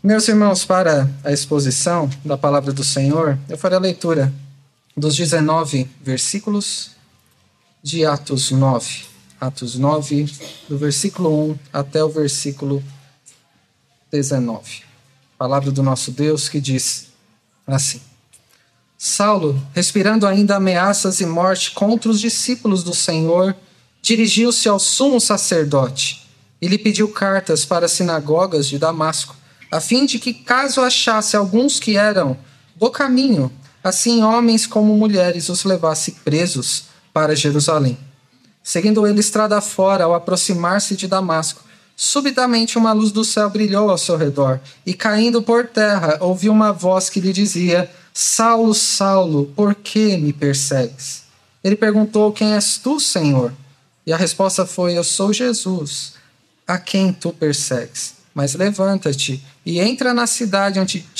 Meus irmãos, para a exposição da palavra do Senhor, eu farei a leitura dos 19 versículos de Atos 9. Atos 9, do versículo 1 até o versículo 19. Palavra do nosso Deus que diz assim: Saulo, respirando ainda ameaças e morte contra os discípulos do Senhor, dirigiu-se ao sumo sacerdote e lhe pediu cartas para as sinagogas de Damasco, a fim de que, caso achasse alguns que eram do caminho, assim homens como mulheres os levasse presos para Jerusalém. Seguindo ele estrada fora, ao aproximar-se de Damasco, subitamente uma luz do céu brilhou ao seu redor, e caindo por terra, ouviu uma voz que lhe dizia: Saulo, Saulo, por que me persegues? Ele perguntou: Quem és tu, Senhor? E a resposta foi: Eu sou Jesus, a quem tu persegues. Mas levanta-te e entra na cidade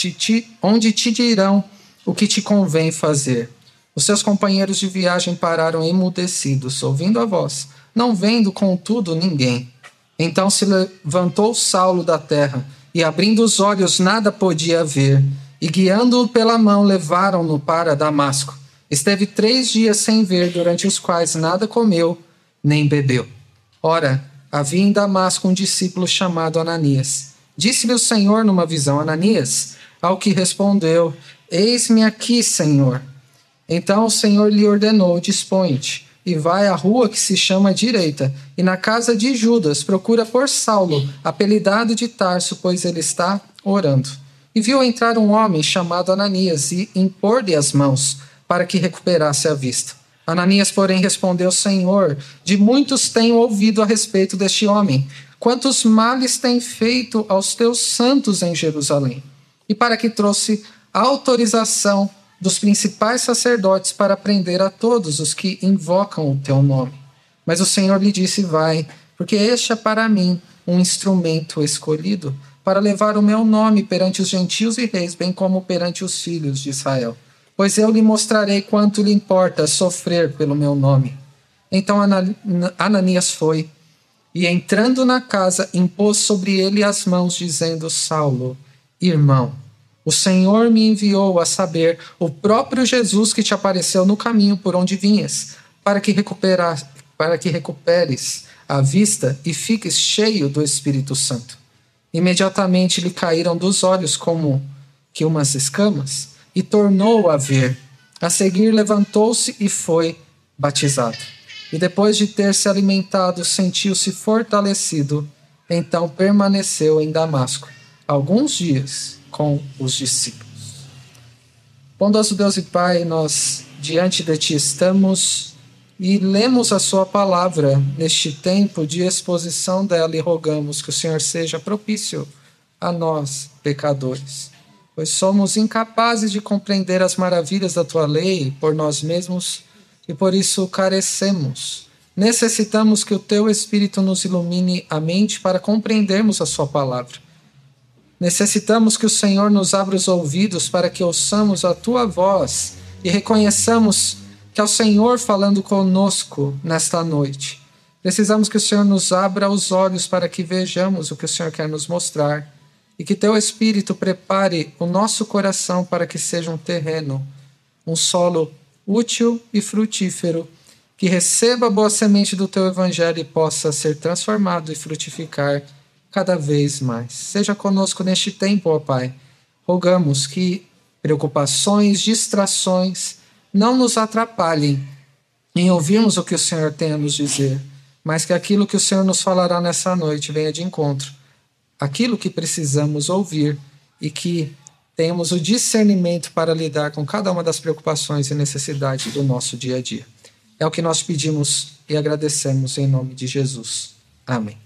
onde te dirão o que te convém fazer. Os seus companheiros de viagem pararam emudecidos, ouvindo a voz, não vendo, contudo, ninguém. Então se levantou Saulo da terra, e abrindo os olhos nada podia ver, e guiando-o pela mão levaram-no para Damasco. Esteve 3 dias sem ver, durante os quais nada comeu nem bebeu. Ora, havia em Damasco um discípulo chamado Ananias. Disse-lhe o Senhor numa visão: Ananias, ao que respondeu: Eis-me aqui, Senhor. Então o Senhor lhe ordenou: Dispõe-te e vai à rua que se chama Direita, e na casa de Judas procura por Saulo, apelidado de Tarso, pois ele está orando. E viu entrar um homem chamado Ananias e impor-lhe as mãos, para que recuperasse a vista. Ananias, porém, respondeu: Senhor, de muitos tenho ouvido a respeito deste homem, quantos males tem feito aos teus santos em Jerusalém. E para que trouxe autorização dos principais sacerdotes para prender a todos os que invocam o teu nome. Mas o Senhor lhe disse: Vai, porque este é para mim um instrumento escolhido, para levar o meu nome perante os gentios e reis, bem como perante os filhos de Israel. Pois eu lhe mostrarei quanto lhe importa sofrer pelo meu nome. Então Ananias foi, e entrando na casa, impôs sobre ele as mãos, dizendo: Saulo, irmão, o Senhor me enviou, a saber, o próprio Jesus que te apareceu no caminho por onde vinhas, para que recuperes a vista e fiques cheio do Espírito Santo. Imediatamente lhe caíram dos olhos como que umas escamas, e tornou a ver. A seguir levantou-se e foi batizado. E depois de ter se alimentado, sentiu-se fortalecido. Então permaneceu em Damasco alguns dias com os discípulos. Bondoso Deus e Pai, nós diante de Ti estamos e lemos a Sua palavra neste tempo de exposição dela, e rogamos que o Senhor seja propício a nós, pecadores, pois somos incapazes de compreender as maravilhas da Tua lei por nós mesmos e por isso carecemos. Necessitamos que o Teu Espírito nos ilumine a mente para compreendermos a Sua palavra. Necessitamos que o Senhor nos abra os ouvidos para que ouçamos a Tua voz e reconheçamos que é o Senhor falando conosco nesta noite. Precisamos que o Senhor nos abra os olhos para que vejamos o que o Senhor quer nos mostrar e que Teu Espírito prepare o nosso coração para que seja um terreno, um solo útil e frutífero, que receba a boa semente do Teu Evangelho e possa ser transformado e frutificar cada vez mais. Seja conosco neste tempo, ó Pai. Rogamos que preocupações, distrações não nos atrapalhem em ouvirmos o que o Senhor tem a nos dizer, mas que aquilo que o Senhor nos falará nessa noite venha de encontro àquilo que precisamos ouvir e que tenhamos o discernimento para lidar com cada uma das preocupações e necessidades do nosso dia a dia. É o que nós pedimos e agradecemos em nome de Jesus. Amém.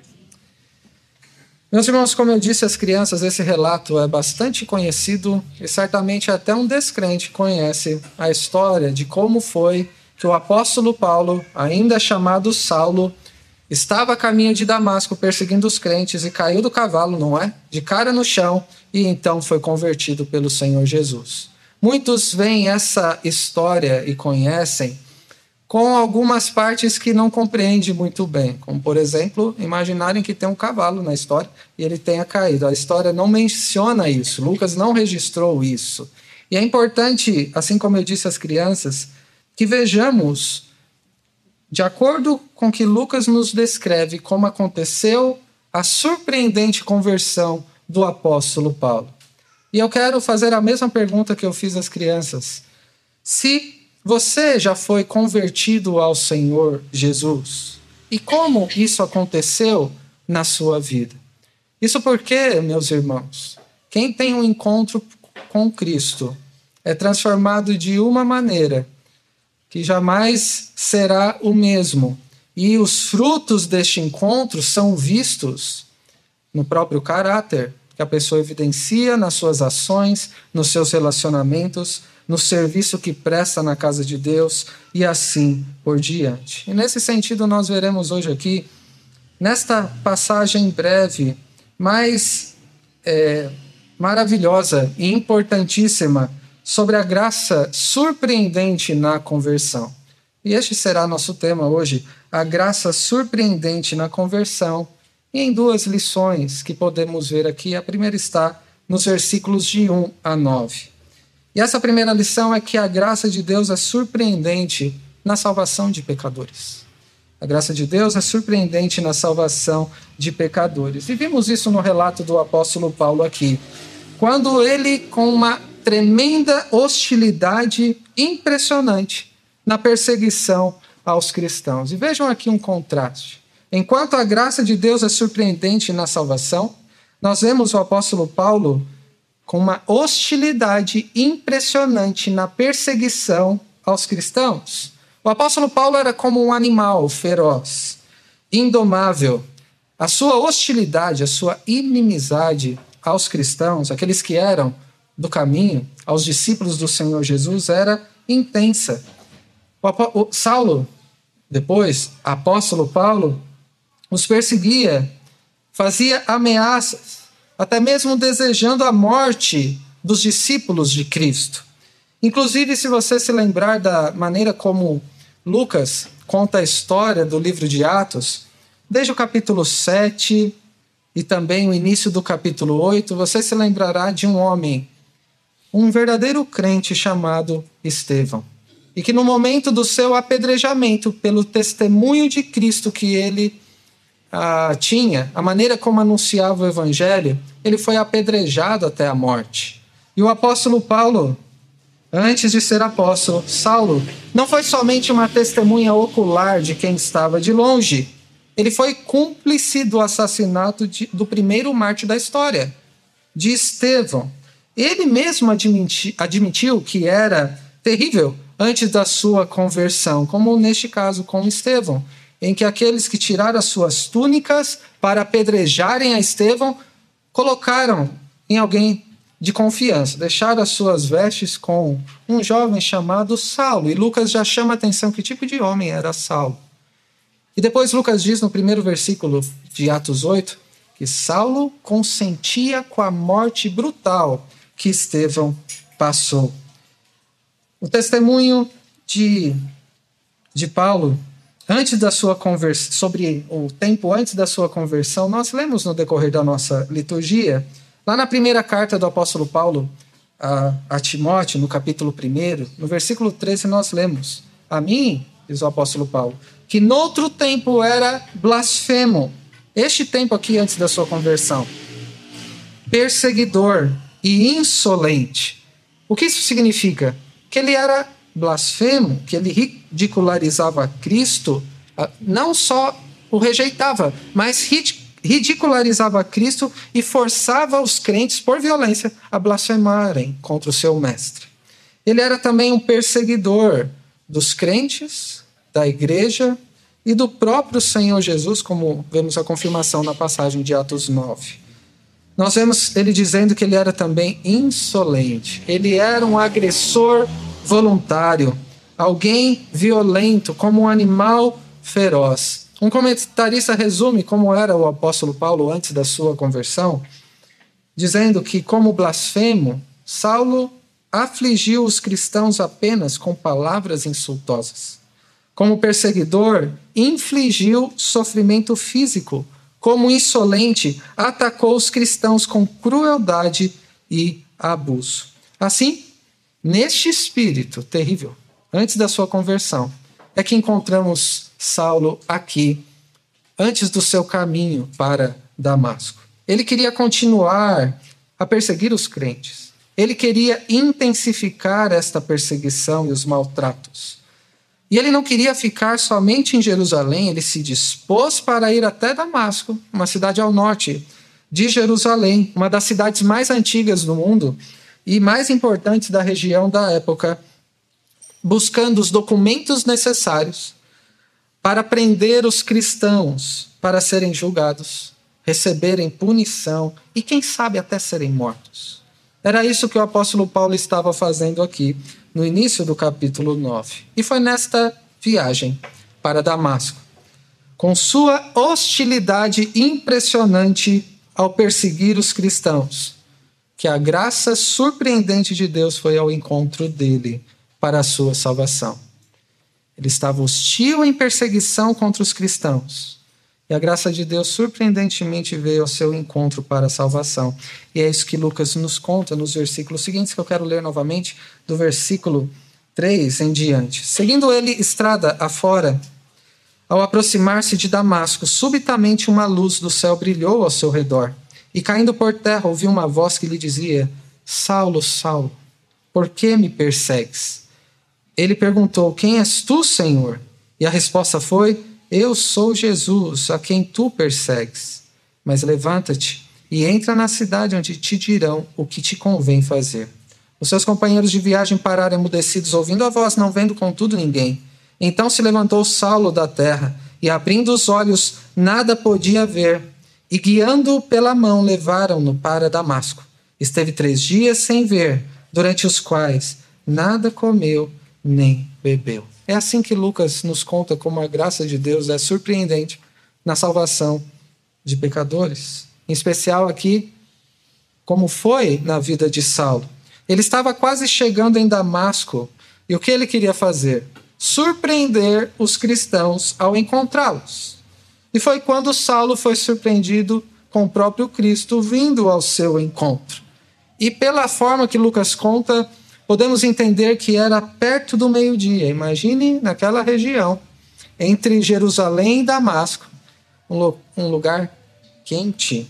Meus irmãos, como eu disse às crianças, esse relato é bastante conhecido e certamente até um descrente conhece a história de como foi que o apóstolo Paulo, ainda chamado Saulo, estava a caminho de Damasco perseguindo os crentes e caiu do cavalo, não é? De cara no chão, e então foi convertido pelo Senhor Jesus. Muitos veem essa história e conhecem com algumas partes que não compreende muito bem, como, por exemplo, imaginarem que tem um cavalo na história e ele tenha caído. A história não menciona isso, Lucas não registrou isso. E é importante, assim como eu disse às crianças, que vejamos, de acordo com que Lucas nos descreve como aconteceu a surpreendente conversão do apóstolo Paulo. E eu quero fazer a mesma pergunta que eu fiz às crianças. Se você já foi convertido ao Senhor Jesus, e como isso aconteceu na sua vida? Isso porque, meus irmãos, quem tem um encontro com Cristo é transformado de uma maneira que jamais será o mesmo. E os frutos deste encontro são vistos no próprio caráter que a pessoa evidencia nas suas ações, nos seus relacionamentos, no serviço que presta na casa de Deus e assim por diante. E nesse sentido nós veremos hoje aqui, nesta passagem breve, mas maravilhosa e importantíssima, sobre a graça surpreendente na conversão. E este será nosso tema hoje, a graça surpreendente na conversão, e em duas lições que podemos ver aqui. A primeira está nos versículos de 1 a 9. E essa primeira lição é que a graça de Deus é surpreendente na salvação de pecadores. A graça de Deus é surpreendente na salvação de pecadores. E vimos isso no relato do apóstolo Paulo aqui, quando ele, com uma tremenda hostilidade impressionante na perseguição aos cristãos. E vejam aqui um contraste. Enquanto a graça de Deus é surpreendente na salvação, nós vemos o apóstolo Paulo com uma hostilidade impressionante na perseguição aos cristãos. O apóstolo Paulo era como um animal feroz, indomável. A sua hostilidade, a sua inimizade aos cristãos, aqueles que eram do caminho, aos discípulos do Senhor Jesus, era intensa. O Saulo, depois, apóstolo Paulo, os perseguia, fazia ameaças, até mesmo desejando a morte dos discípulos de Cristo. Inclusive, se você se lembrar da maneira como Lucas conta a história do livro de Atos, desde o capítulo 7 e também o início do capítulo 8, você se lembrará de um homem, um verdadeiro crente chamado Estevão, e que no momento do seu apedrejamento, pelo testemunho de Cristo que ele tinha, a maneira como anunciava o evangelho, ele foi apedrejado até a morte. E o apóstolo Paulo, antes de ser apóstolo, Saulo, não foi somente uma testemunha ocular de quem estava de longe, ele foi cúmplice do assassinato do primeiro mártir da história, de Estevão. Ele mesmo admitiu que era terrível antes da sua conversão, como neste caso com Estevão, em que aqueles que tiraram as suas túnicas para apedrejarem a Estevão colocaram em alguém de confiança, deixaram as suas vestes com um jovem chamado Saulo. E Lucas já chama a atenção que tipo de homem era Saulo. E depois Lucas diz no primeiro versículo de Atos 8 que Saulo consentia com a morte brutal que Estevão passou. O testemunho de Paulo antes da sua conversão, sobre o tempo antes da sua conversão, nós lemos no decorrer da nossa liturgia, lá na primeira carta do apóstolo Paulo a Timóteo, no capítulo 1, no versículo 13, nós lemos: a mim, diz o apóstolo Paulo, que noutro tempo era blasfemo, este tempo aqui antes da sua conversão, perseguidor e insolente. O que isso significa? Que ele era blasfemo, que ele ridicularizava Cristo, não só o rejeitava, mas ridicularizava Cristo e forçava os crentes, por violência, a blasfemarem contra o seu mestre. Ele era também um perseguidor dos crentes, da igreja e do próprio Senhor Jesus, como vemos a confirmação na passagem de Atos 9. Nós vemos ele dizendo que ele era também insolente. Ele era um agressor voluntário, alguém violento, como um animal feroz. Um comentarista resume como era o apóstolo Paulo antes da sua conversão, dizendo que, como blasfemo, Saulo afligiu os cristãos apenas com palavras insultosas. como perseguidor, infligiu sofrimento físico. Como insolente, atacou os cristãos com crueldade e abuso. Assim, neste espírito terrível, antes da sua conversão, é que encontramos Saulo aqui, antes do seu caminho para Damasco. Ele queria continuar a perseguir os crentes. Ele queria intensificar esta perseguição e os maltratos. E ele não queria ficar somente em Jerusalém, ele se dispôs para ir até Damasco, uma cidade ao norte de Jerusalém, uma das cidades mais antigas do mundo e mais importantes da região da época, buscando os documentos necessários para prender os cristãos, para serem julgados, receberem punição e, quem sabe, até serem mortos. Era isso que o apóstolo Paulo estava fazendo aqui, no início do capítulo 9. E foi nesta viagem para Damasco, com sua hostilidade impressionante ao perseguir os cristãos, que a graça surpreendente de Deus foi ao encontro dele para a sua salvação. Ele estava hostil em perseguição contra os cristãos. E a graça de Deus surpreendentemente veio ao seu encontro para a salvação. E é isso que Lucas nos conta nos versículos seguintes, que eu quero ler novamente, do versículo 3 em diante. Seguindo ele estrada afora, ao aproximar-se de Damasco, subitamente uma luz do céu brilhou ao seu redor. E caindo por terra, ouviu uma voz que lhe dizia: Saulo, Saulo, por que me persegues? Ele perguntou: Quem és tu, Senhor? E a resposta foi: Eu sou Jesus, a quem tu persegues. Mas levanta-te e entra na cidade, onde te dirão o que te convém fazer. Os seus companheiros de viagem pararam emudecidos, ouvindo a voz, não vendo contudo ninguém. Então se levantou Saulo da terra, e abrindo os olhos, nada podia ver. E guiando-o pela mão, levaram-no para Damasco. Esteve 3 dias sem ver, durante os quais nada comeu nem bebeu. É assim que Lucas nos conta como a graça de Deus é surpreendente na salvação de pecadores. Em especial aqui, como foi na vida de Saulo. Ele estava quase chegando em Damasco, e o que ele queria fazer? Surpreender os cristãos ao encontrá-los. E foi quando Saulo foi surpreendido com o próprio Cristo vindo ao seu encontro. E pela forma que Lucas conta, podemos entender que era perto do meio-dia. Imagine naquela região, entre Jerusalém e Damasco, um lugar quente.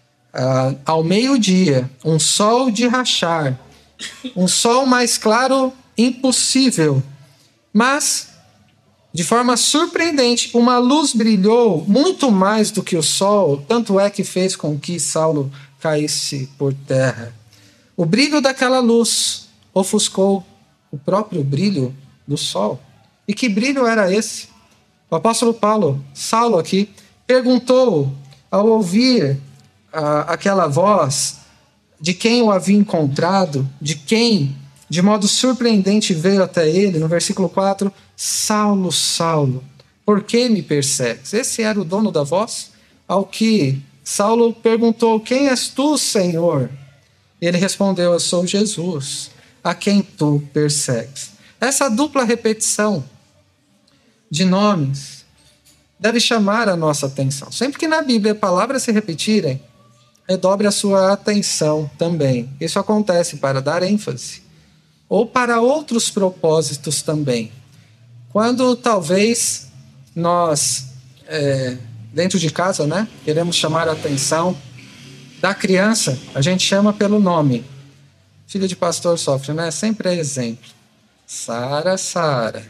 Ao meio-dia, um sol de rachar, um sol mais claro impossível. Mas, de forma surpreendente, uma luz brilhou muito mais do que o sol, tanto é que fez com que Saulo caísse por terra. O brilho daquela luz ofuscou o próprio brilho do sol. E que brilho era esse? O apóstolo Paulo, Saulo aqui, perguntou ao ouvir aquela voz de quem o havia encontrado, de quem, de modo surpreendente, veio até ele, no versículo 4, Saulo, Saulo, por que me persegues? Esse era o dono da voz, ao que Saulo perguntou: quem és tu, Senhor? Ele respondeu: eu sou Jesus, a quem tu persegues. Essa dupla repetição de nomes deve chamar a nossa atenção. Sempre que na Bíblia palavras se repetirem, redobre a sua atenção também. Isso acontece para dar ênfase ou para outros propósitos também. Quando talvez nós, dentro de casa, queremos chamar a atenção da criança, a gente chama pelo nome. Filho de pastor sofre, sempre é exemplo. Sara, Sara.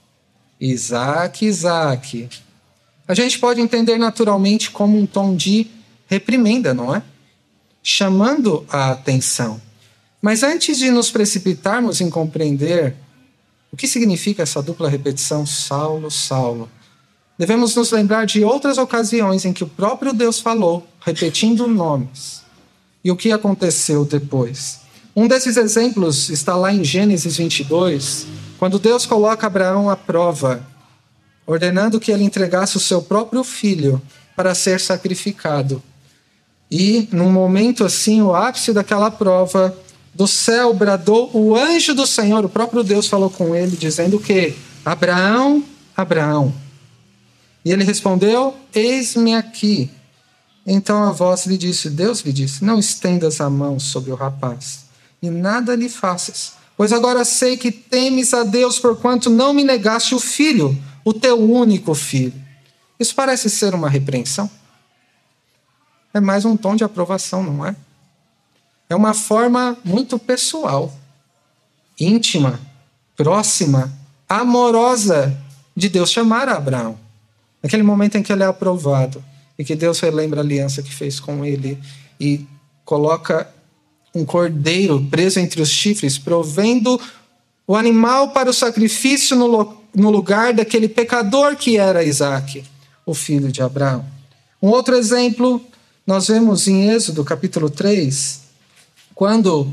Isaac, Isaac. A gente pode entender naturalmente como um tom de reprimenda, não é? Chamando a atenção. Mas antes de nos precipitarmos em compreender o que significa essa dupla repetição, Saulo, Saulo, devemos nos lembrar de outras ocasiões em que o próprio Deus falou, repetindo nomes. E o que aconteceu depois? Um desses exemplos está lá em Gênesis 22, quando Deus coloca Abraão à prova, ordenando que ele entregasse o seu próprio filho para ser sacrificado. E, num momento assim, o ápice daquela prova, do céu bradou o anjo do Senhor, o próprio Deus falou com ele, dizendo que Abraão, Abraão. E ele respondeu: eis-me aqui. Então a voz lhe disse, Deus lhe disse: não estendas a mão sobre o rapaz, e nada lhe faças, pois agora sei que temes a Deus, porquanto não me negaste o filho, o teu único filho. Isso parece ser uma repreensão? É mais um tom de aprovação, não é? É uma forma muito pessoal, íntima, próxima, amorosa de Deus chamar a Abraão. Naquele momento em que ele é aprovado e que Deus relembra a aliança que fez com ele e coloca um cordeiro preso entre os chifres, provendo o animal para o sacrifício no lugar daquele pecador que era Isaque, o filho de Abraão. Um outro exemplo nós vemos em Êxodo capítulo 3, quando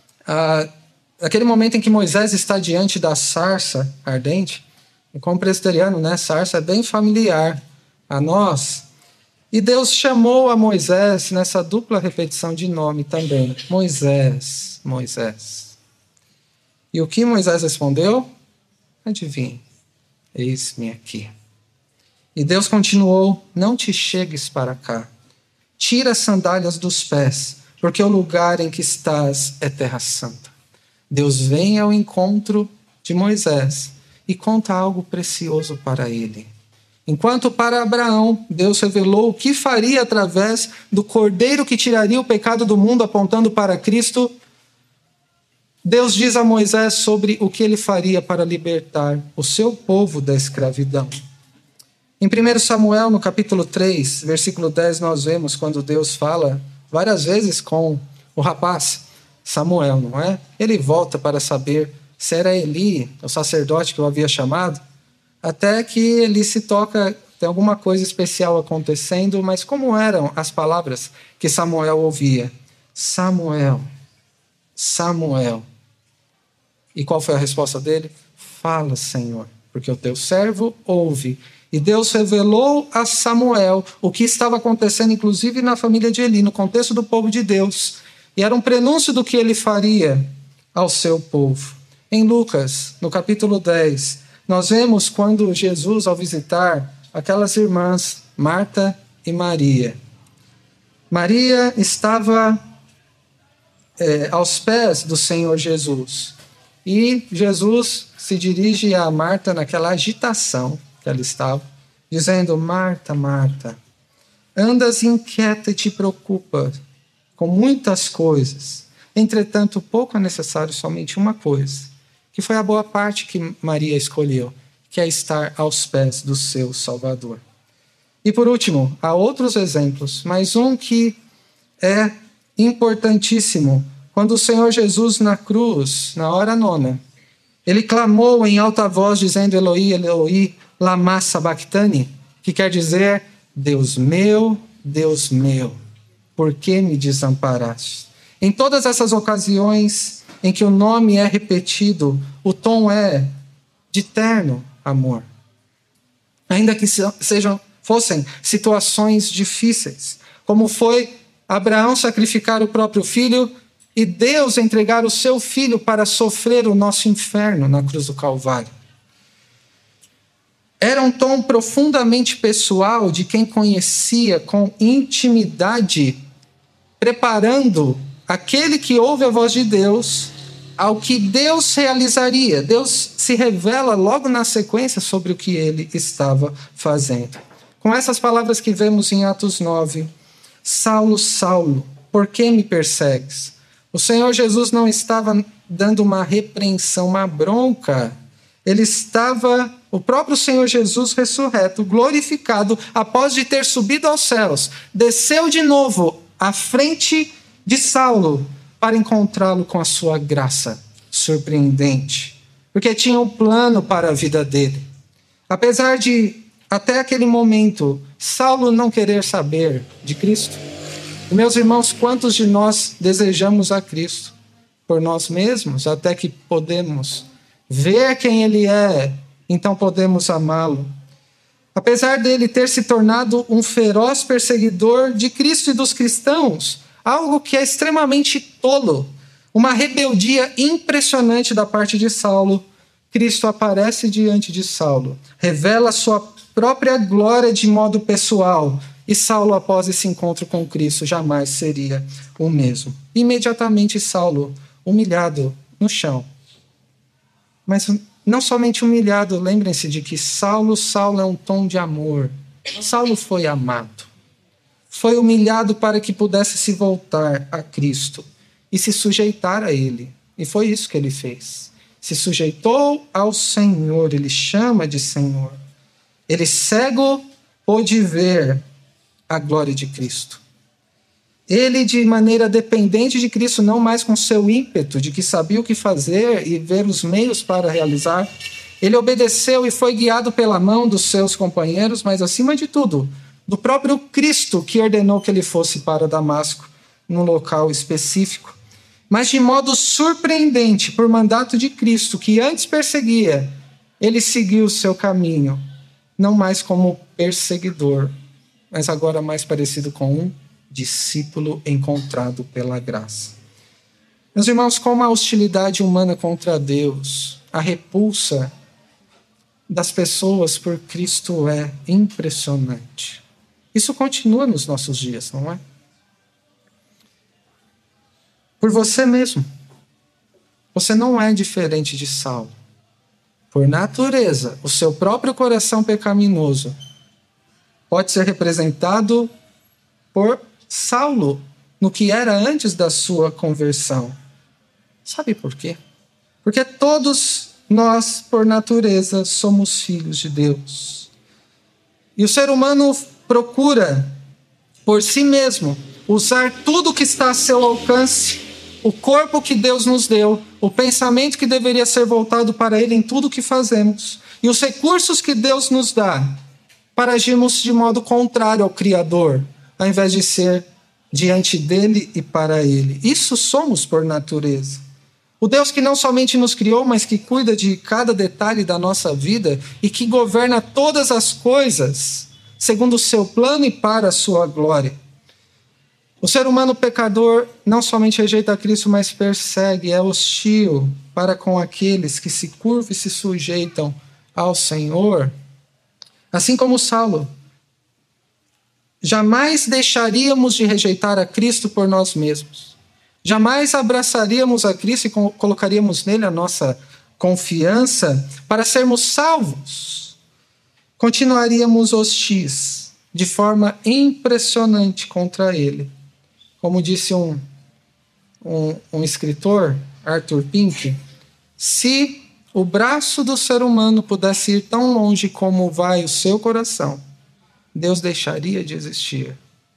naquele momento em que Moisés está diante da sarça ardente. E como presbiteriano, né, sarça é bem familiar a nós. E Deus chamou a Moisés nessa dupla repetição de nome também. Moisés, Moisés. E o que Moisés respondeu? Adivinhe, eis-me aqui. E Deus continuou: não te chegues para cá. Tira as sandálias dos pés, porque o lugar em que estás é terra santa. Deus vem ao encontro de Moisés e conta algo precioso para ele. Enquanto para Abraão, Deus revelou o que faria através do cordeiro que tiraria o pecado do mundo, apontando para Cristo, Deus diz a Moisés sobre o que ele faria para libertar o seu povo da escravidão. Em 1 Samuel, no capítulo 3, versículo 10, nós vemos quando Deus fala várias vezes com o rapaz Samuel, não é? Ele volta para saber se era Eli, o sacerdote que o havia chamado, até que Eli se toca, tem alguma coisa especial acontecendo, mas como eram as palavras que Samuel ouvia? Samuel, Samuel. E qual foi a resposta dele? Fala, Senhor, porque o teu servo ouve. E Deus revelou a Samuel o que estava acontecendo, inclusive na família de Eli, no contexto do povo de Deus. E era um prenúncio do que ele faria ao seu povo. Em Lucas, no capítulo 10, nós vemos quando Jesus, ao visitar aquelas irmãs, Marta e Maria. Maria estava aos pés do Senhor Jesus. E Jesus se dirige a Marta naquela agitação que ela estava, dizendo: Marta, Marta, andas inquieta e te preocupa com muitas coisas. Entretanto, pouco é necessário, somente uma coisa, que foi a boa parte que Maria escolheu, que é estar aos pés do seu Salvador. E por último, há outros exemplos, mas um que é importantíssimo. Quando o Senhor Jesus na cruz, na hora nona, ele clamou em alta voz, dizendo: Eloi, Eloi, lama sabachthani, que quer dizer: Deus meu, por que me desamparaste? Em todas essas ocasiões em que o nome é repetido, o tom é de terno amor. Ainda que fossem situações difíceis, como foi Abraão sacrificar o próprio filho e Deus entregar o seu filho para sofrer o nosso inferno na cruz do Calvário. Era um tom profundamente pessoal de quem conhecia com intimidade, preparando aquele que ouve a voz de Deus ao que Deus realizaria. Deus se revela logo na sequência sobre o que ele estava fazendo. Com essas palavras que vemos em Atos 9, Saulo, Saulo, por que me persegues? O Senhor Jesus não estava dando uma repreensão, uma bronca. Ele estava, o próprio Senhor Jesus ressurreto, glorificado, após de ter subido aos céus, desceu de novo à frente de Saulo para encontrá-lo com a sua graça surpreendente, porque tinha um plano para a vida dele. Apesar de, até aquele momento, Saulo não querer saber de Cristo. Meus irmãos, quantos de nós desejamos a Cristo por nós mesmos, até que podemos ver quem Ele é, então podemos amá-lo. Apesar dele ter se tornado um feroz perseguidor de Cristo e dos cristãos, algo que é extremamente tolo, uma rebeldia impressionante da parte de Saulo, Cristo aparece diante de Saulo, revela sua própria glória de modo pessoal, e Saulo, após esse encontro com Cristo, jamais seria o mesmo. Imediatamente Saulo, humilhado no chão. Mas não somente humilhado, lembrem-se de que Saulo é um tom de amor. Saulo foi amado. Foi humilhado para que pudesse se voltar a Cristo e se sujeitar a Ele. E foi isso que ele fez. Se sujeitou ao Senhor, ele chama de Senhor. Ele, cego, pôde ver a glória de Cristo. Ele, de maneira dependente de Cristo, não mais com seu ímpeto de que sabia o que fazer e ver os meios para realizar, ele obedeceu e foi guiado pela mão dos seus companheiros, mas, acima de tudo, do próprio Cristo, que ordenou que ele fosse para Damasco, num local específico. Mas, de modo surpreendente, por mandato de Cristo, que antes perseguia, ele seguiu o seu caminho, não mais como perseguidor, mas agora mais parecido com um discípulo encontrado pela graça. Meus irmãos, como a hostilidade humana contra Deus, a repulsa das pessoas por Cristo é impressionante. Isso continua nos nossos dias, não é? Por você mesmo. Você não é diferente de Saulo. Por natureza, o seu próprio coração pecaminoso pode ser representado por Saulo no que era antes da sua conversão. Sabe por quê? Porque todos nós, por natureza, somos filhos de Deus. E o ser humano procura, por si mesmo, usar tudo que está a seu alcance, o corpo que Deus nos deu, o pensamento que deveria ser voltado para Ele em tudo que fazemos, e os recursos que Deus nos dá, para agirmos de modo contrário ao Criador, ao invés de ser diante dele e para ele. Isso somos por natureza. O Deus que não somente nos criou, mas que cuida de cada detalhe da nossa vida e que governa todas as coisas segundo o seu plano e para a sua glória. O ser humano pecador não somente rejeita Cristo, mas persegue, é hostil para com aqueles que se curvam e se sujeitam ao Senhor. Assim como Saulo, jamais deixaríamos de rejeitar a Cristo por nós mesmos. Jamais abraçaríamos a Cristo e colocaríamos nele a nossa confiança para sermos salvos. Continuaríamos hostis, de forma impressionante contra ele. Como disse um escritor, Arthur Pink, se o braço do ser humano pudesse ir tão longe como vai o seu coração, Deus deixaria de existir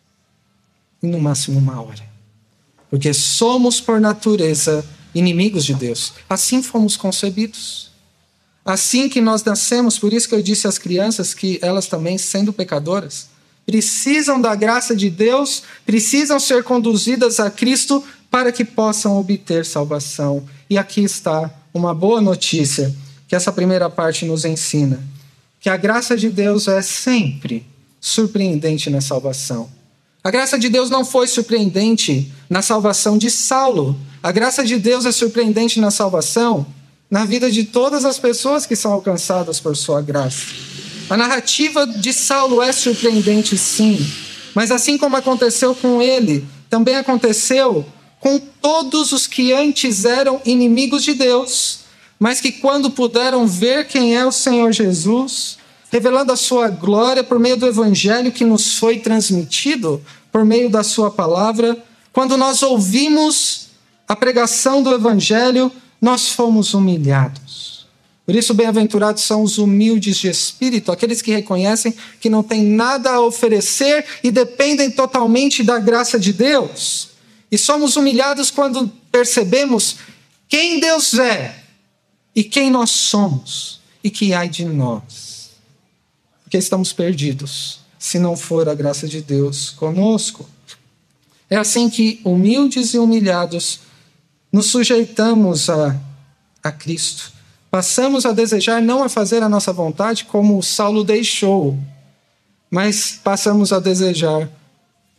em no máximo uma hora. Porque somos por natureza inimigos de Deus. Assim fomos concebidos. Assim que nós nascemos, por isso que eu disse às crianças que elas também, sendo pecadoras, precisam da graça de Deus, precisam ser conduzidas a Cristo para que possam obter salvação. E aqui está uma boa notícia que essa primeira parte nos ensina. Que a graça de Deus é sempre surpreendente na salvação. A graça de Deus não foi surpreendente na salvação de Saulo. A graça de Deus é surpreendente na salvação na vida de todas as pessoas que são alcançadas por sua graça. A narrativa de Saulo é surpreendente, sim, mas assim como aconteceu com ele, também aconteceu com todos os que antes eram inimigos de Deus, mas que quando puderam ver quem é o Senhor Jesus, revelando a sua glória por meio do evangelho que nos foi transmitido, por meio da sua palavra, quando nós ouvimos a pregação do evangelho, nós fomos humilhados. Por isso, bem-aventurados são os humildes de espírito, aqueles que reconhecem que não têm nada a oferecer e dependem totalmente da graça de Deus. E somos humilhados quando percebemos quem Deus é e quem nós somos e que ai de nós. Porque estamos perdidos, se não for a graça de Deus conosco. É assim que, humildes e humilhados, nos sujeitamos a Cristo. Passamos a desejar não a fazer a nossa vontade como Saulo deixou, mas passamos a desejar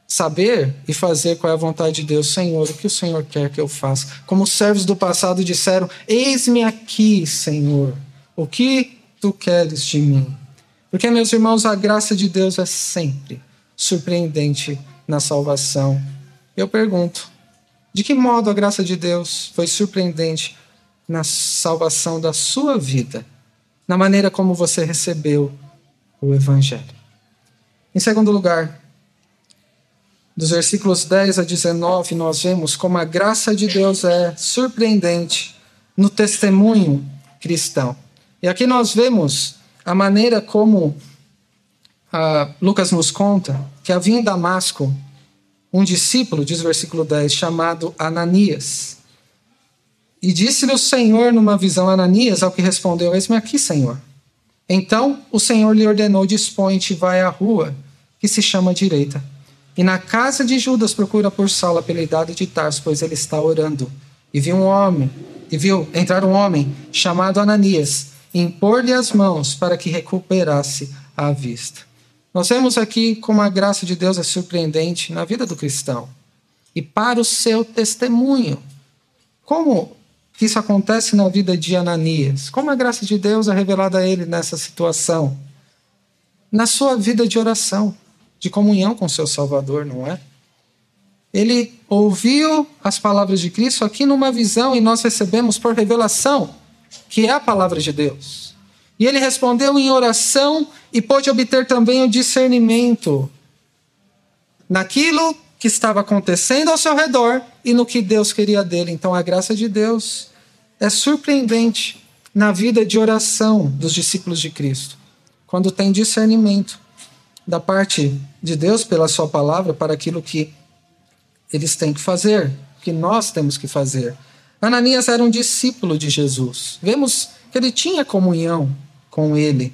saber e fazer qual é a vontade de Deus. Senhor, o que o Senhor quer que eu faça? Como os servos do passado disseram, eis-me aqui, Senhor, o que tu queres de mim? Porque, meus irmãos, a graça de Deus é sempre surpreendente na salvação. Eu pergunto, de que modo a graça de Deus foi surpreendente na salvação da sua vida, na maneira como você recebeu o Evangelho? Em segundo lugar, dos versículos 10 a 19, nós vemos como a graça de Deus é surpreendente no testemunho cristão. E aqui nós vemos a maneira como Lucas nos conta que havia em Damasco um discípulo, diz o versículo 10, chamado Ananias. E disse-lhe o Senhor numa visão, Ananias, ao que respondeu, eis-me aqui, Senhor. Então o Senhor lhe ordenou, dispõe-te e vai à rua, que se chama Direita. E na casa de Judas procura por Saulo, apelidado de Tarso, pois ele está orando. E viu entrar um homem chamado Ananias, e impor-lhe as mãos para que recuperasse a vista. Nós vemos aqui como a graça de Deus é surpreendente na vida do cristão. E para o seu testemunho. Como que isso acontece na vida de Ananias? Como a graça de Deus é revelada a ele nessa situação? Na sua vida de oração, de comunhão com seu Salvador, não é? Ele ouviu as palavras de Cristo aqui numa visão e nós recebemos por revelação, que é a palavra de Deus. E ele respondeu em oração e pôde obter também o discernimento naquilo que estava acontecendo ao seu redor e no que Deus queria dele. Então a graça de Deus é surpreendente na vida de oração dos discípulos de Cristo, quando tem discernimento da parte de Deus pela sua palavra para aquilo que eles têm que fazer, que nós temos que fazer. Ananias era um discípulo de Jesus. Vemos que ele tinha comunhão com ele,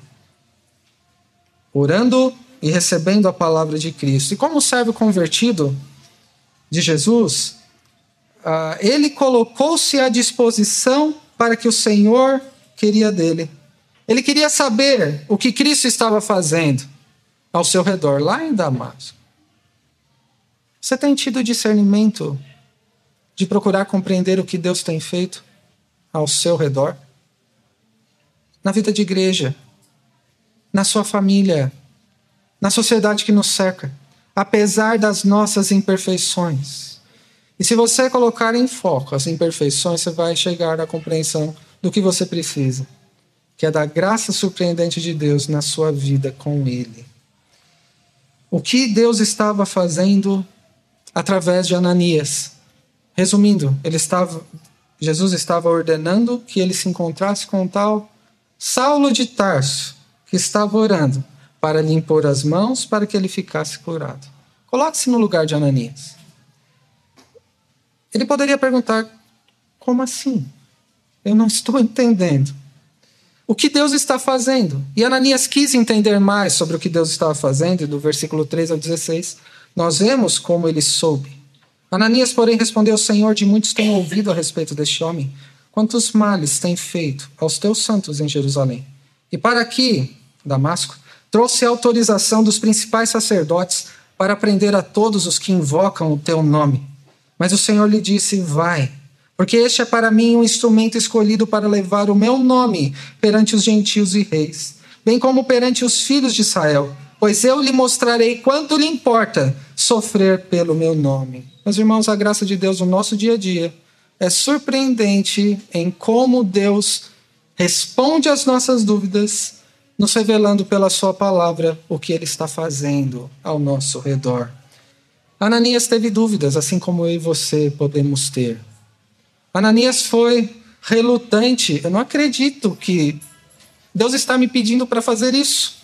orando e recebendo a palavra de Cristo. E como servo convertido de Jesus, ele colocou-se à disposição para que o Senhor queria dele. Ele queria saber o que Cristo estava fazendo ao seu redor, lá em Damasco. Você tem tido discernimento de procurar compreender o que Deus tem feito ao seu redor? Na vida de igreja, na sua família, na sociedade que nos cerca, apesar das nossas imperfeições. E se você colocar em foco as imperfeições, você vai chegar à compreensão do que você precisa, que é da graça surpreendente de Deus na sua vida com Ele. O que Deus estava fazendo através de Ananias? Resumindo, Jesus estava ordenando que ele se encontrasse com tal Saulo de Tarso, que estava orando para lhe impor as mãos para que ele ficasse curado. Coloque-se no lugar de Ananias. Ele poderia perguntar, como assim? Eu não estou entendendo. O que Deus está fazendo? E Ananias quis entender mais sobre o que Deus estava fazendo, e do versículo 3 ao 16, nós vemos como ele soube. Ananias, porém, respondeu, Senhor, de muitos tenho ouvido a respeito deste homem, quantos males tem feito aos teus santos em Jerusalém. E para aqui, Damasco, trouxe a autorização dos principais sacerdotes para prender a todos os que invocam o teu nome. Mas o Senhor lhe disse, vai, porque este é para mim um instrumento escolhido para levar o meu nome perante os gentios e reis, bem como perante os filhos de Israel, pois eu lhe mostrarei quanto lhe importa sofrer pelo meu nome. Meus irmãos, a graça de Deus no nosso dia a dia é surpreendente em como Deus responde às nossas dúvidas, nos revelando pela sua palavra o que ele está fazendo ao nosso redor. Ananias teve dúvidas, assim como eu e você podemos ter. Ananias foi relutante. Eu não acredito que Deus está me pedindo para fazer isso.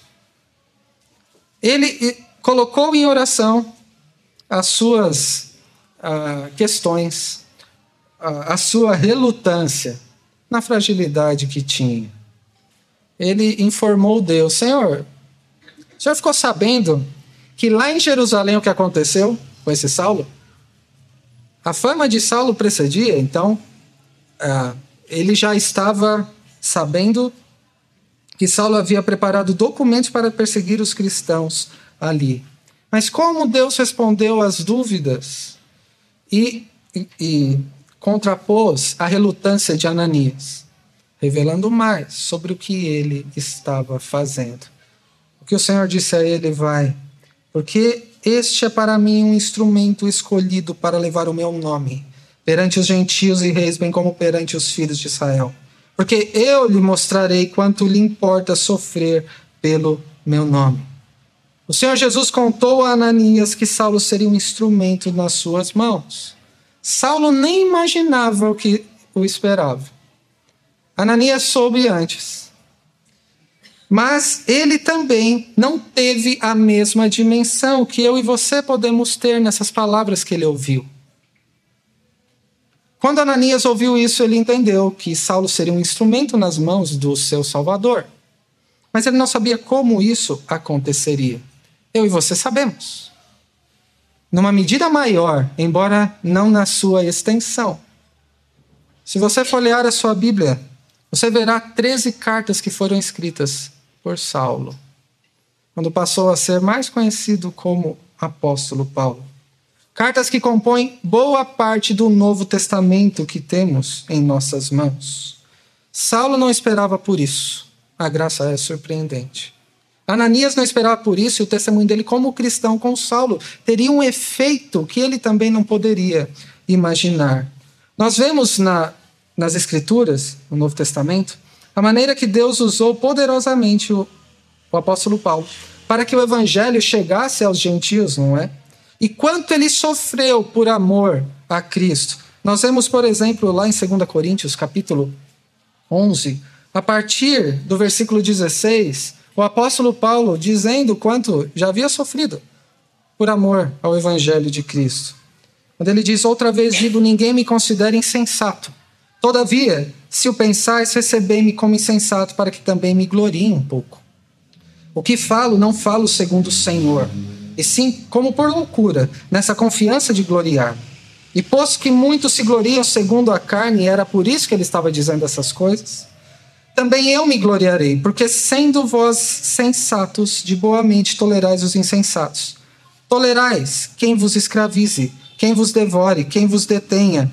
Ele colocou em oração as suas questões, a sua relutância na fragilidade que tinha. Ele informou Deus, Senhor, o Senhor ficou sabendo que lá em Jerusalém o que aconteceu com esse Saulo? A fama de Saulo precedia, então, ele já estava sabendo que Saulo havia preparado documentos para perseguir os cristãos ali. Mas como Deus respondeu às dúvidas e contrapôs a relutância de Ananias, revelando mais sobre o que ele estava fazendo. O que o Senhor disse a ele vai: porque este é para mim um instrumento escolhido para levar o meu nome perante os gentios e reis, bem como perante os filhos de Israel. Porque eu lhe mostrarei quanto lhe importa sofrer pelo meu nome. O Senhor Jesus contou a Ananias que Saulo seria um instrumento nas suas mãos. Saulo nem imaginava o que o esperava. Ananias soube antes. Mas ele também não teve a mesma dimensão que eu e você podemos ter nessas palavras que ele ouviu. Quando Ananias ouviu isso, ele entendeu que Saulo seria um instrumento nas mãos do seu Salvador. Mas ele não sabia como isso aconteceria. Eu e você sabemos. Numa medida maior, embora não na sua extensão. Se você folhear a sua Bíblia, você verá 13 cartas que foram escritas por Saulo, quando passou a ser mais conhecido como apóstolo Paulo. Cartas que compõem boa parte do Novo Testamento que temos em nossas mãos. Saulo não esperava por isso. A graça é surpreendente. Ananias não esperava por isso, e o testemunho dele como cristão com Saulo teria um efeito que ele também não poderia imaginar. Nós vemos nas Escrituras, no Novo Testamento, a maneira que Deus usou poderosamente o apóstolo Paulo para que o evangelho chegasse aos gentios, não é? E quanto ele sofreu por amor a Cristo. Nós vemos, por exemplo, lá em 2 Coríntios, capítulo 11, a partir do versículo 16, o apóstolo Paulo dizendo quanto já havia sofrido por amor ao evangelho de Cristo. Quando ele diz: outra vez digo, ninguém me considere insensato. Todavia, se o pensais, recebei-me como insensato, para que também me glorie um pouco. O que falo, não falo segundo o Senhor, e sim como por loucura, nessa confiança de gloriar. E posto que muitos se gloriam segundo a carne, e era por isso que ele estava dizendo essas coisas, também eu me gloriarei, porque sendo vós sensatos, de boa mente tolerais os insensatos. Tolerais quem vos escravize, quem vos devore, quem vos detenha,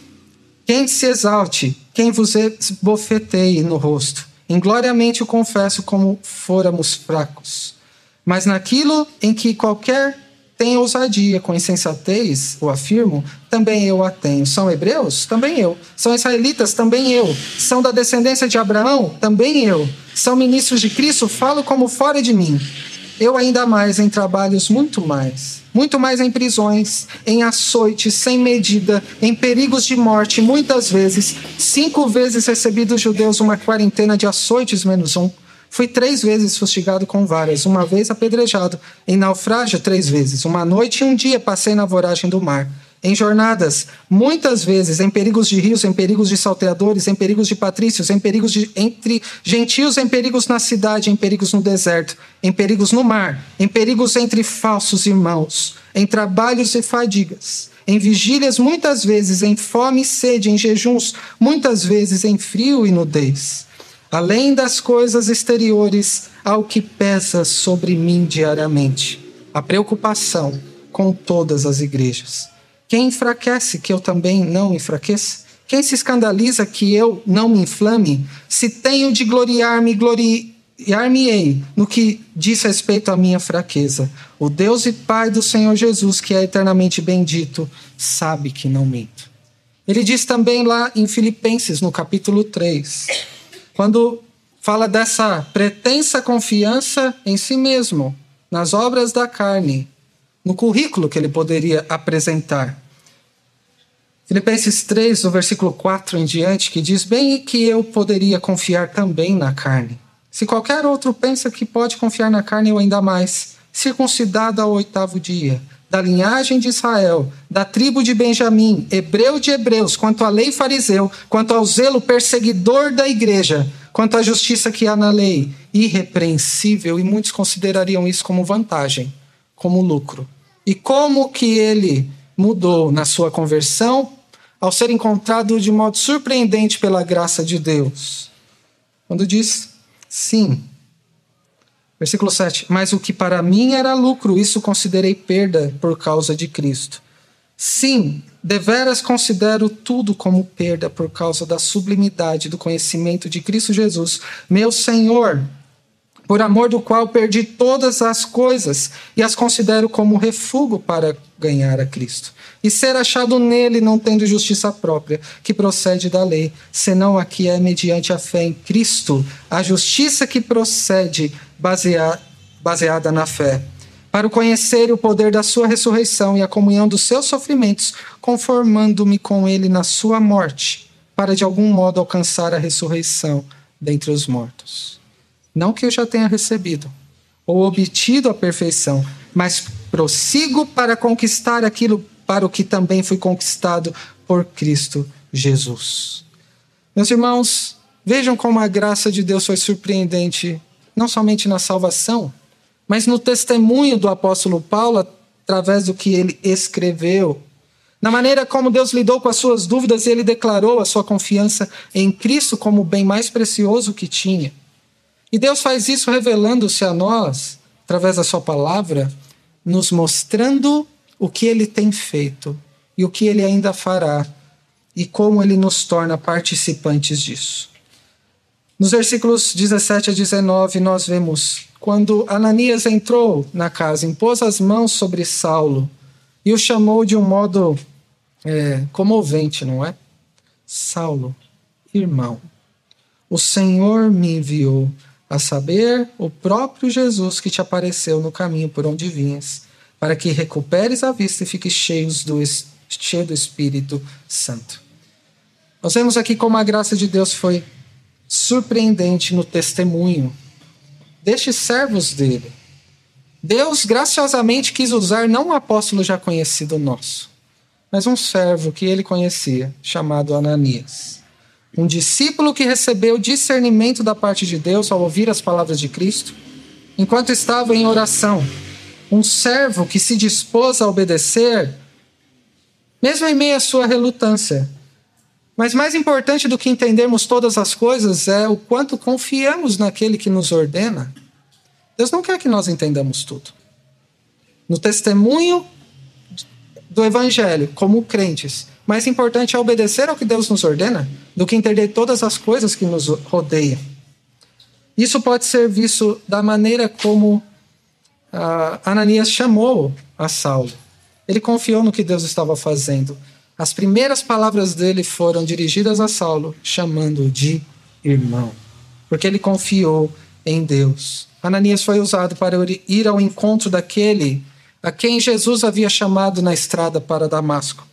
quem se exalte, quem vos esbofeteie no rosto. Ingloriamente o confesso como fôramos fracos. Mas naquilo em que qualquer tem ousadia com insensatez, o afirmo, também eu a tenho. São hebreus? Também eu. São israelitas? Também eu. São da descendência de Abraão? Também eu. São ministros de Cristo? Falo como fora de mim. Eu ainda mais em trabalhos, muito mais em prisões, em açoites sem medida, em perigos de morte, muitas vezes. 5 vezes recebi dos judeus uma quarentena de açoites menos 1. Fui 3 vezes fustigado com varas, 1 vez apedrejado, em naufrágio 3 vezes, 1 noite e 1 dia passei na voragem do mar. Em jornadas, muitas vezes, em perigos de rios, em perigos de salteadores, em perigos de patrícios, em perigos entre gentios, em perigos na cidade, em perigos no deserto, em perigos no mar, em perigos entre falsos irmãos, em trabalhos e fadigas, em vigílias muitas vezes, em fome e sede, em jejuns, muitas vezes em frio e nudez. Além das coisas exteriores, ao que pesa sobre mim diariamente, a preocupação com todas as igrejas. Quem enfraquece, que eu também não enfraqueça? Quem se escandaliza, que eu não me inflame? Se tenho de gloriar-me, gloriar-me-ei no que diz respeito à minha fraqueza. O Deus e Pai do Senhor Jesus, que é eternamente bendito, sabe que não minto. Ele diz também lá em Filipenses, no capítulo 3, quando fala dessa pretensa confiança em si mesmo, nas obras da carne, no currículo que ele poderia apresentar. Filipenses 3, do versículo 4 em diante, que diz: bem que eu poderia confiar também na carne. Se qualquer outro pensa que pode confiar na carne, eu ainda mais, circuncidado ao 8º dia, da linhagem de Israel, da tribo de Benjamim, hebreu de hebreus, quanto à lei fariseu, quanto ao zelo perseguidor da igreja, quanto à justiça que há na lei, irrepreensível, e muitos considerariam isso como vantagem, como lucro. E como que ele mudou na sua conversão ao ser encontrado de modo surpreendente pela graça de Deus? Quando diz: sim, Versículo 7. Mas o que para mim era lucro, isso considerei perda por causa de Cristo. Sim, deveras considero tudo como perda por causa da sublimidade do conhecimento de Cristo Jesus, meu Senhor, por amor do qual perdi todas as coisas e as considero como refúgio para ganhar a Cristo. E ser achado nele, não tendo justiça própria, que procede da lei, senão a que é mediante a fé em Cristo, a justiça que procede baseada na fé, para o conhecer o poder da sua ressurreição e a comunhão dos seus sofrimentos, conformando-me com ele na sua morte, para de algum modo alcançar a ressurreição dentre os mortos. Não que eu já tenha recebido ou obtido a perfeição, mas prossigo para conquistar aquilo para o que também fui conquistado por Cristo Jesus. Meus irmãos, vejam como a graça de Deus foi surpreendente, não somente na salvação, mas no testemunho do apóstolo Paulo, através do que ele escreveu. Na maneira como Deus lidou com as suas dúvidas, ele declarou a sua confiança em Cristo como o bem mais precioso que tinha. E Deus faz isso revelando-se a nós, através da sua palavra, nos mostrando o que ele tem feito e o que ele ainda fará e como ele nos torna participantes disso. Nos versículos 17 a 19, nós vemos quando Ananias entrou na casa, impôs as mãos sobre Saulo e o chamou de um modo comovente, não é? Saulo, irmão, o Senhor me enviou, a saber, o próprio Jesus que te apareceu no caminho por onde vinhas, para que recuperes a vista e fiques cheio do Espírito Santo. Nós vemos aqui como a graça de Deus foi surpreendente no testemunho destes servos dele. Deus graciosamente quis usar não um apóstolo já conhecido nosso, mas um servo que ele conhecia, chamado Ananias. Um discípulo que recebeu discernimento da parte de Deus ao ouvir as palavras de Cristo, enquanto estava em oração. Um servo que se dispôs a obedecer, mesmo em meio à sua relutância. Mas mais importante do que entendermos todas as coisas é o quanto confiamos naquele que nos ordena. Deus não quer que nós entendamos tudo. No testemunho do Evangelho, como crentes, mais importante é obedecer ao que Deus nos ordena do que entender todas as coisas que nos rodeiam. Isso pode ser visto da maneira como Ananias chamou a Saulo. Ele confiou no que Deus estava fazendo. As primeiras palavras dele foram dirigidas a Saulo, chamando-o de irmão, porque ele confiou em Deus. Ananias foi usado para ir ao encontro daquele a quem Jesus havia chamado na estrada para Damasco,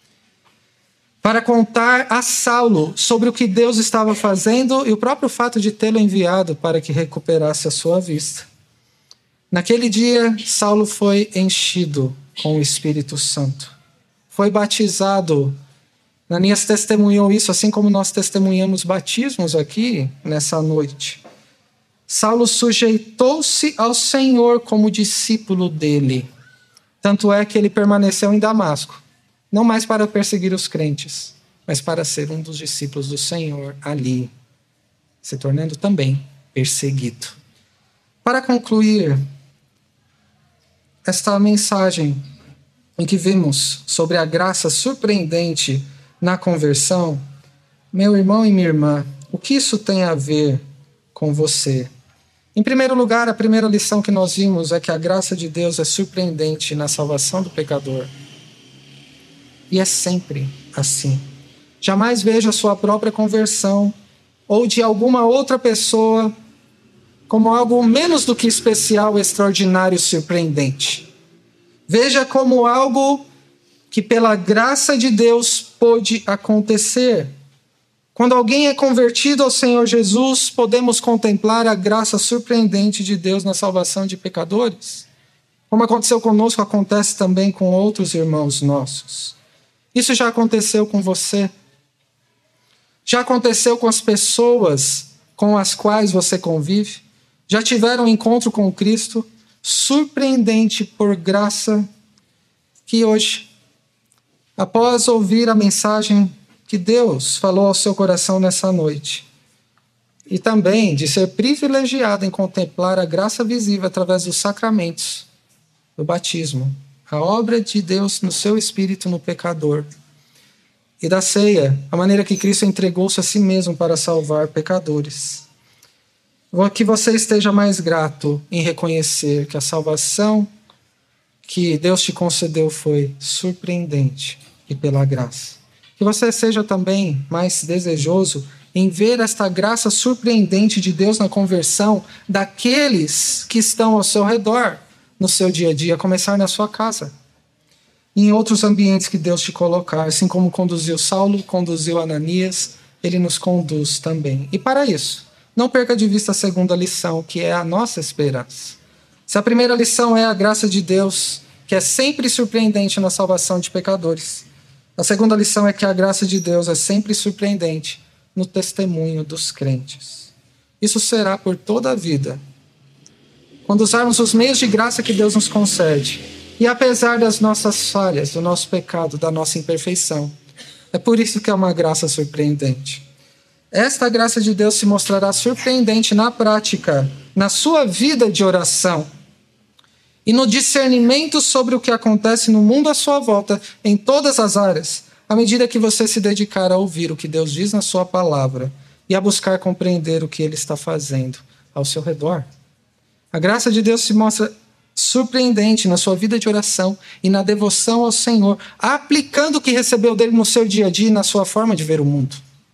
para contar a Saulo sobre o que Deus estava fazendo e o próprio fato de tê-lo enviado para que recuperasse a sua vista. Naquele dia, Saulo foi enchido com o Espírito Santo. Foi batizado. Ananias testemunhou isso, assim como nós testemunhamos batismos aqui nessa noite. Saulo sujeitou-se ao Senhor como discípulo dele. Tanto é que ele permaneceu em Damasco, não mais para perseguir os crentes, mas para ser um dos discípulos do Senhor ali, se tornando também perseguido. Para concluir esta mensagem em que vimos sobre a graça surpreendente na conversão, meu irmão e minha irmã, o que isso tem a ver com você? Em primeiro lugar, a primeira lição que nós vimos é que a graça de Deus é surpreendente na salvação do pecador. E é sempre assim. Jamais veja a sua própria conversão ou de alguma outra pessoa como algo menos do que especial, extraordinário e surpreendente. Veja como algo que pela graça de Deus pôde acontecer. Quando alguém é convertido ao Senhor Jesus, podemos contemplar a graça surpreendente de Deus na salvação de pecadores. Como aconteceu conosco, acontece também com outros irmãos nossos. Isso já aconteceu com você. Já aconteceu com as pessoas com as quais você convive. Já tiveram um encontro com Cristo, surpreendente por graça, que hoje, após ouvir a mensagem que Deus falou ao seu coração nessa noite, e também de ser privilegiado em contemplar a graça visível através dos sacramentos, do batismo, a obra de Deus no seu espírito no pecador, e da ceia, a maneira que Cristo entregou-se a si mesmo para salvar pecadores. Que você esteja mais grato em reconhecer que a salvação que Deus te concedeu foi surpreendente e pela graça. Que você seja também mais desejoso em ver esta graça surpreendente de Deus na conversão daqueles que estão ao seu redor no seu dia a dia, a começar na sua casa. Em outros ambientes que Deus te colocar, assim como conduziu Saulo, conduziu Ananias, ele nos conduz também. E para isso, não perca de vista a segunda lição, que é a nossa esperança. Se a primeira lição é a graça de Deus, que é sempre surpreendente na salvação de pecadores, a segunda lição é que a graça de Deus é sempre surpreendente no testemunho dos crentes. Isso será por toda a vida. Quando usarmos os meios de graça que Deus nos concede, e apesar das nossas falhas, do nosso pecado, da nossa imperfeição, é por isso que é uma graça surpreendente. Esta graça de Deus se mostrará surpreendente na prática, na sua vida de oração e no discernimento sobre o que acontece no mundo à sua volta, em todas as áreas, à medida que você se dedicar a ouvir o que Deus diz na sua palavra e a buscar compreender o que Ele está fazendo ao seu redor. A graça de Deus se mostra surpreendente na sua vida de oração e na devoção ao Senhor, aplicando o que recebeu dele no seu dia a dia e na sua forma de ver o mundo.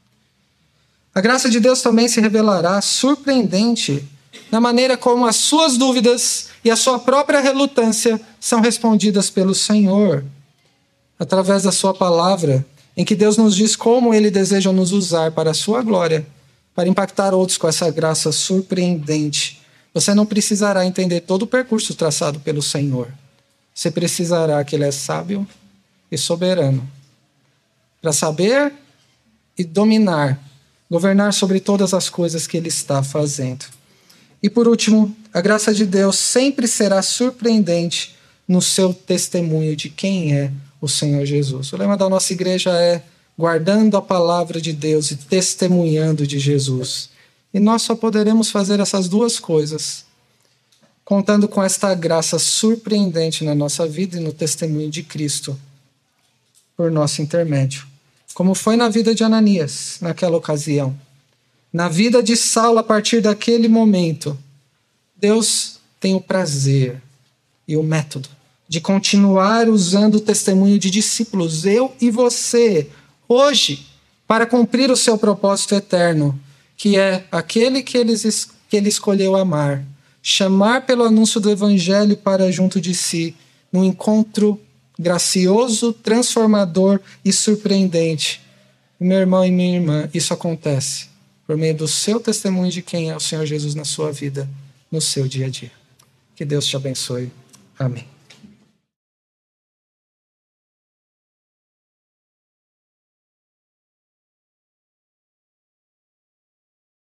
A graça de Deus também se revelará surpreendente na maneira como as suas dúvidas e a sua própria relutância são respondidas pelo Senhor, através da sua palavra, em que Deus nos diz como Ele deseja nos usar para a sua glória, para impactar outros com essa graça surpreendente. Você não precisará entender todo o percurso traçado pelo Senhor. Você precisará que Ele é sábio e soberano para saber e dominar, governar sobre todas as coisas que Ele está fazendo. E por último, a graça de Deus sempre será surpreendente no seu testemunho de quem é o Senhor Jesus. O lema da nossa igreja é guardando a palavra de Deus e testemunhando de Jesus. E nós só poderemos fazer essas duas coisas contando com esta graça surpreendente na nossa vida e no testemunho de Cristo por nosso intermédio. Como foi na vida de Ananias naquela ocasião. Na vida de Saulo, a partir daquele momento, Deus tem o prazer e o método de continuar usando o testemunho de discípulos, eu e você, hoje, para cumprir o seu propósito eterno, que é aquele que ele escolheu amar, chamar pelo anúncio do Evangelho para junto de si, num encontro gracioso, transformador e surpreendente. Meu irmão e minha irmã, isso acontece por meio do seu testemunho de quem é o Senhor Jesus na sua vida, no seu dia a dia. Que Deus te abençoe. Amém.